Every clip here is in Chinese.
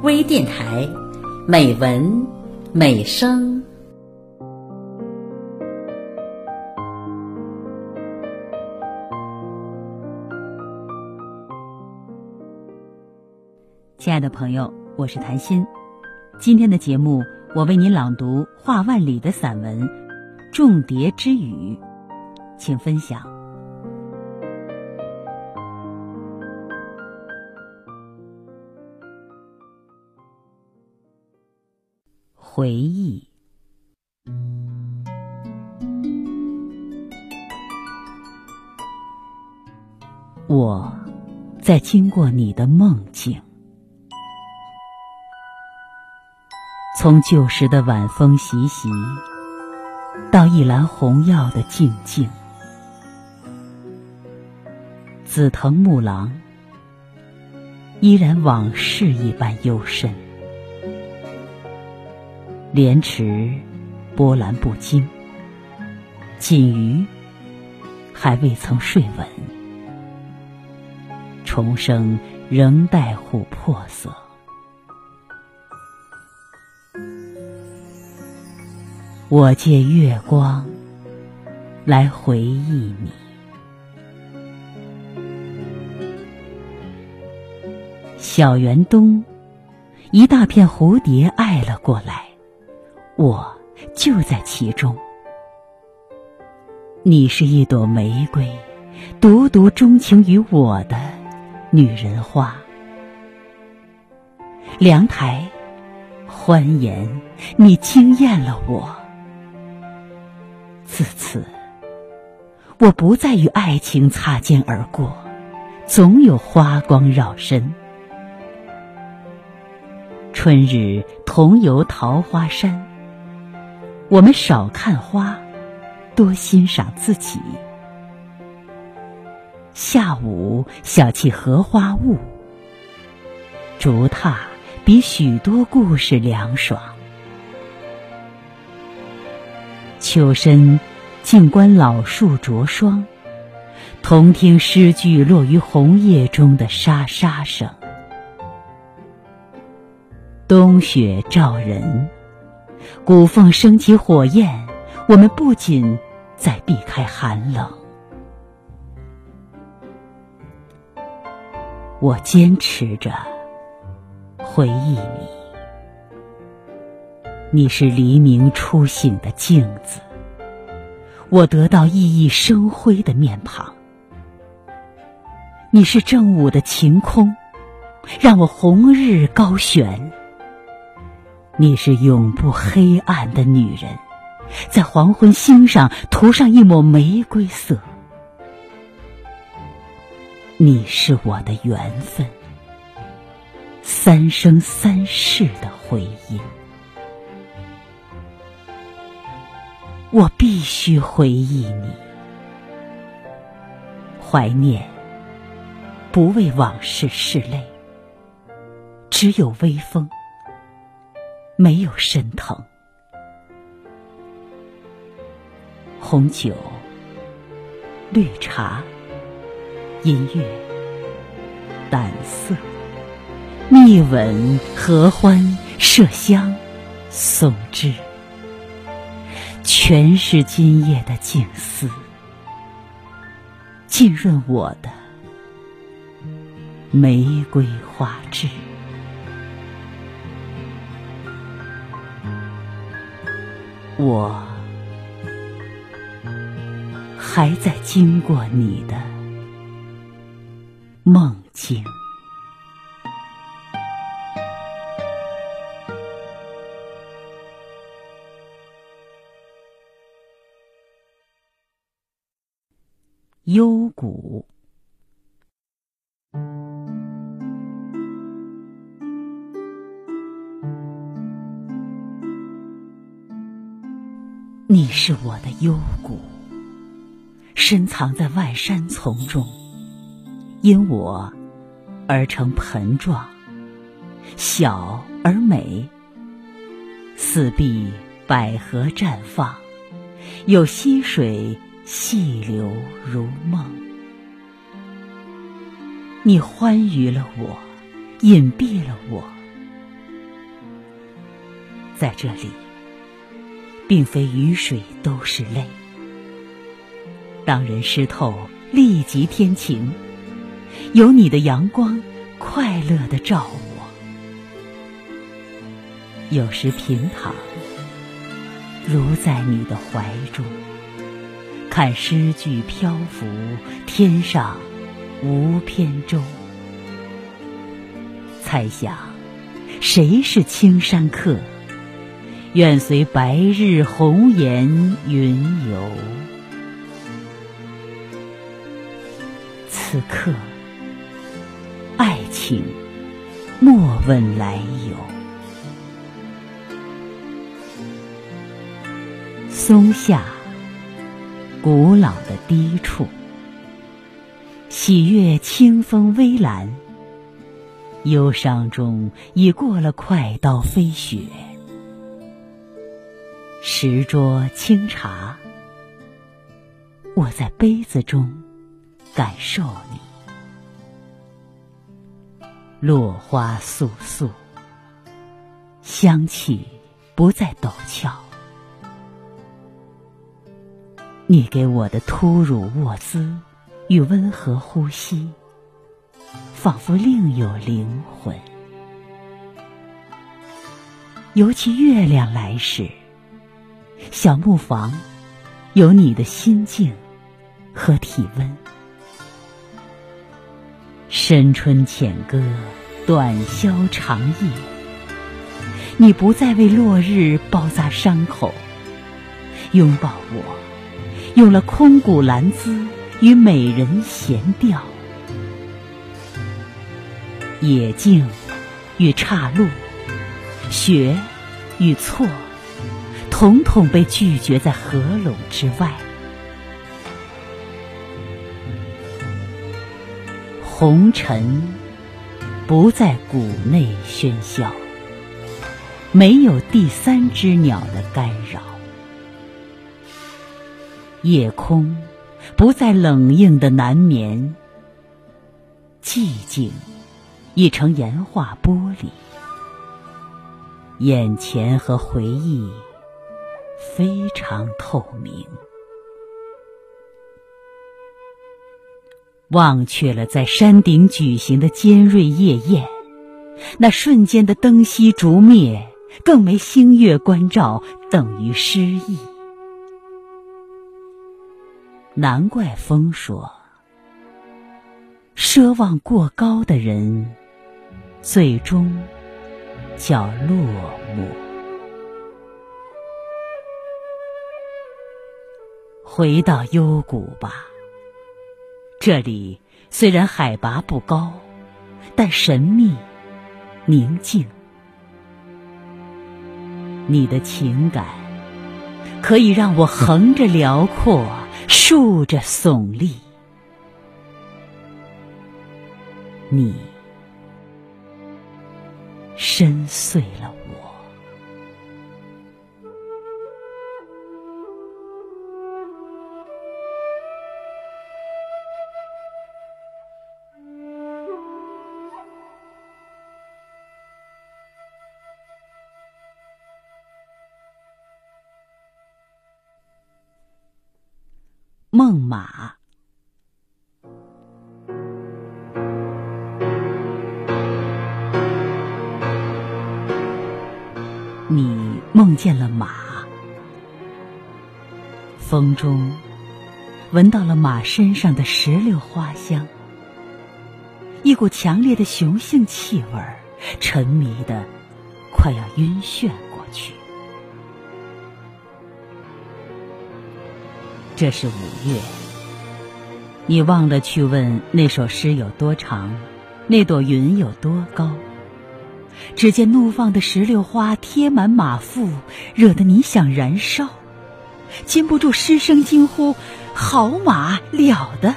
微电台，美文美声。 亲爱的朋友，我是谭鑫。今天的节目，我为您朗读华万里的散文《重叠之语》，请分享。回忆，我在经过你的梦境，从旧时的晚风习习，到一篮红药的静静，紫藤木廊依然往事一般幽深，莲池波澜不惊，锦鱼还未曾睡稳，虫声仍带琥珀色。我借月光来回忆你，小园东，一大片蝴蝶爱了过来，我就在其中。你是一朵玫瑰，独独钟情于我的女人花。凉台欢颜，你惊艳了我。自此，我不再与爱情擦肩而过，总有花光绕身。春日同游桃花山，我们少看花，多欣赏自己。下午小憩荷花坞，竹榻比许多故事凉爽。秋深静观老树着霜，同听诗句落于红叶中的沙沙声。冬雪照人，古凤升起火焰，我们不仅在避开寒冷。我坚持着回忆你，你是黎明初醒的镜子，我得到熠熠生辉的面庞。你是正午的晴空，让我红日高悬。你是永不黑暗的女人，在黄昏星上涂上一抹玫瑰色。你是我的缘分，三生三世的回音。我必须回忆你，怀念不为往事拭泪，只有微风，没有深疼。红酒、绿茶、音乐、胆色、蜜吻、合欢、麝香、松枝，全是今夜的静思，浸润我的玫瑰花枝。我还在经过你的梦境。幽谷，你是我的幽谷，深藏在万山丛中，因我而成盆状，小而美。四壁百合绽放，有溪水细流如梦。你欢愉了我，隐蔽了我， 在这里，并非雨水都是泪。当人湿透，立即天晴，有你的阳光快乐地照我。有时平躺，如在你的怀中，看诗句漂浮，天上无边舟。猜想谁是青山客，愿随白日红颜云游。此刻爱情莫问来由。松下，古老的低处，喜悦清风微澜，忧伤中已过了快刀飞雪。十桌清茶，我在杯子中感受你。落花簌簌，香气不再陡峭。你给我的突兀卧姿与温和呼吸，仿佛另有灵魂。尤其月亮来时，小木房有你的心境和体温。深春浅歌，短宵长夜，你不再为落日包扎伤口，拥抱我，用了空谷兰姿与美人闲调。野径与岔路，学与错，统统被拒绝在合拢之外。红尘不在谷内喧嚣，没有第三只鸟的干扰。夜空不再冷硬的难眠，寂静已成岩画玻璃，眼前和回忆非常透明。忘却了在山顶举行的尖锐夜宴，那瞬间的灯熄烛灭，更没星月关照，等于失意。难怪风说，奢望过高的人，最终叫落寞。回到幽谷吧，这里虽然海拔不高，但神秘宁静。你的情感可以让我横着辽阔，竖着耸立。你深邃了我。梦马。你梦见了马，风中闻到了马身上的石榴花香，一股强烈的雄性气味，沉迷的快要晕眩过去。这是5月，你忘了去问那首诗有多长，那朵云有多高。只见怒放的石榴花贴满马腹，惹得你想燃烧，禁不住失声惊呼：好马了得！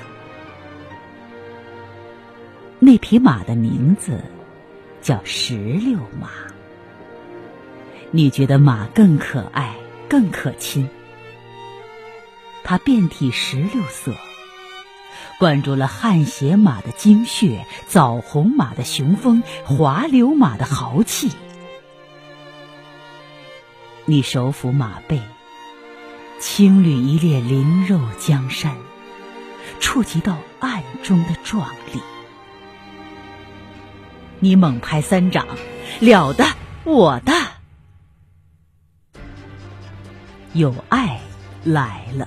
那匹马的名字叫石榴马。你觉得马更可爱，更可亲。它遍体石榴色，灌注了汗血马的精血，枣红马的雄风，滑溜马的豪气。 你手抚马背，青绿一列灵肉江山，触及到暗中的壮丽。你猛拍3掌，了得，我的有爱来了。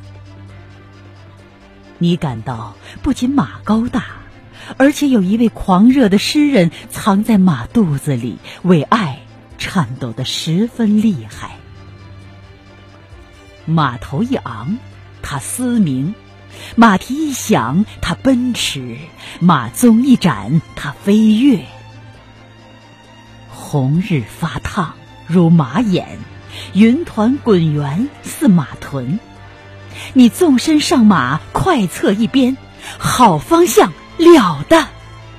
你感到不仅马高大，而且有一位狂热的诗人藏在马肚子里，为爱颤抖得十分厉害。马头一昂，他嘶鸣；马蹄一响，他奔驰；马鬃一展，他飞跃。红日发烫如马眼，云团滚圆似马臀。你纵身上马，快侧一边，好方向，了得！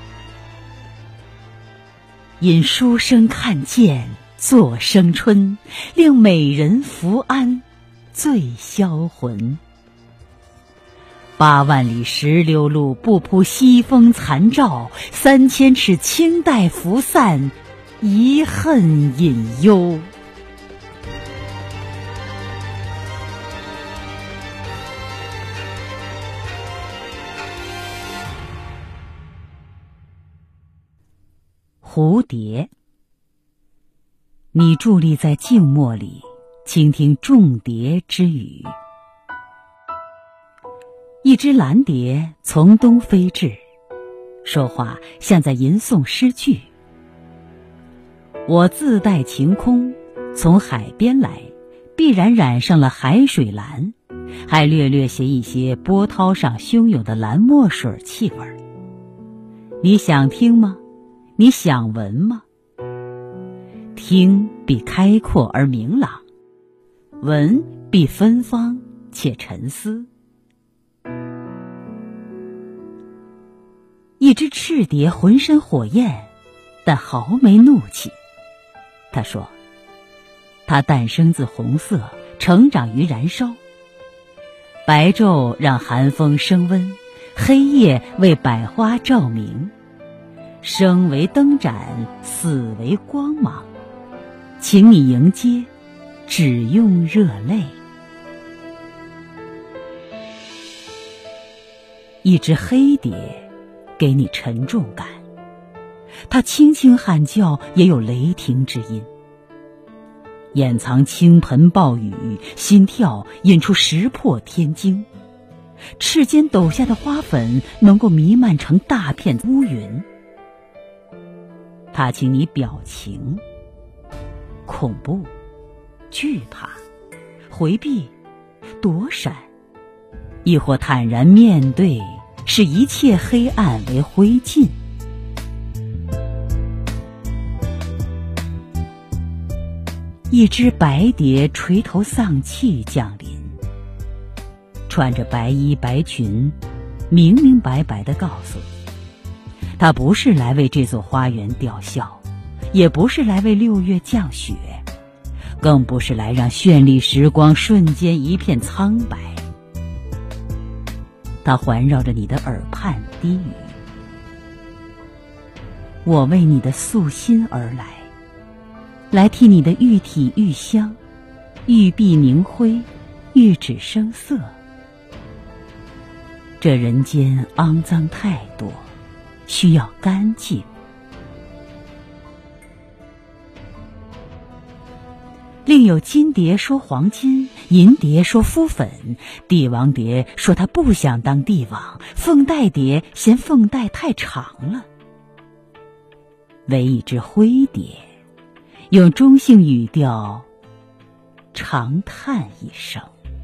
因书生看见作声春，令美人福安醉销魂。8万里石榴路，不扑西风残照；3000尺青黛拂散，遗恨隐忧。蝴蝶，你伫立在静默里，倾听众蝶之语。一只蓝蝶从东飞至，说话像在吟诵诗句。我自带晴空，从海边来，必然染上了海水蓝，还略略携一些波涛上汹涌的蓝墨水气味。你想听吗？你想闻吗？听必开阔而明朗，闻必芬芳且沉思。一只赤蝶浑身火焰，但毫没怒气。他说，它诞生自红色，成长于燃烧。白昼让寒风升温，黑夜为百花照明。生为灯盏，死为光芒。请你迎接，只用热泪。一只黑蝶给你沉重感，它轻轻喊叫，也有雷霆之音。掩藏倾盆暴雨，心跳引出石破天惊。翅间抖下的花粉能够弥漫成大片乌云。它请你表情，恐怖、惧怕、回避、躲闪，亦或坦然面对，使一切黑暗为灰烬。一只白蝶垂头丧气降临，穿着白衣白裙，明明白白地告诉你，他不是来为这座花园吊孝，也不是来为6月降雪，更不是来让绚丽时光瞬间一片苍白。他环绕着你的耳畔低语，我为你的素心而来，来替你的玉体玉香，玉臂明辉，玉指生色。这人间肮脏太多，需要干净。另有金蝶说黄金，银蝶说敷粉，帝王蝶说他不想当帝王，凤带蝶嫌凤带太长了。唯一只灰蝶用中性语调长叹一声。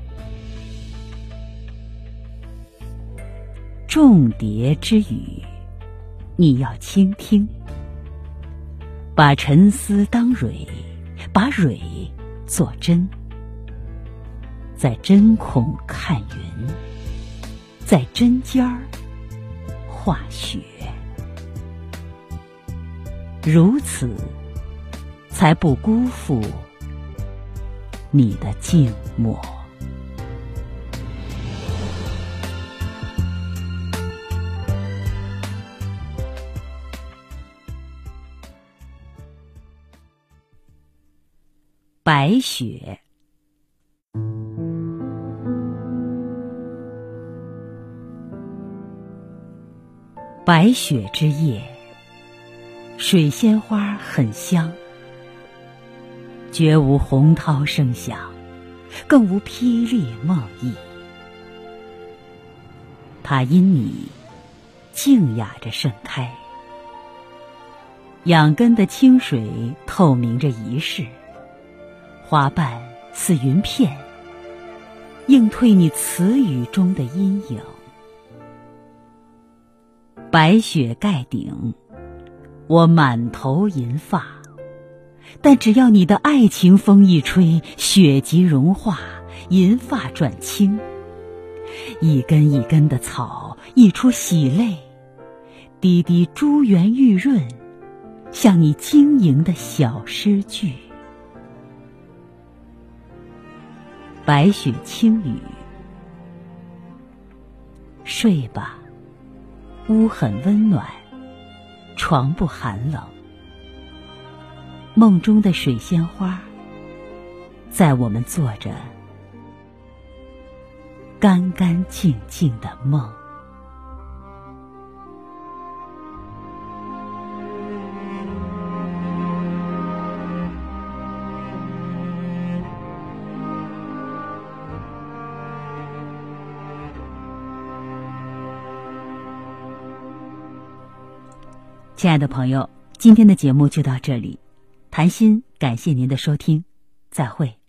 众蝶之语，你要倾听，把沉思当蕊，把蕊做针，在针孔看云，在针尖儿画雪，如此才不辜负你的静默。 白雪。白雪之夜，水仙花很香，绝无洪涛声响，更无霹雳梦呓。它因你静雅着盛开，养根的清水透明着一世，花瓣似云片，映退你词语中的阴影。白雪盖顶，我满头银发，但只要你的爱情风一吹，雪即融化，银发转青。一根一根的草溢出喜泪，滴滴珠圆玉润，像你晶莹的小诗句。白雪轻语，睡吧，屋很温暖，床不寒冷。梦中的水仙花，在我们做着干干净净的梦。亲爱的朋友，今天的节目就到这里，谈心感谢您的收听，再会。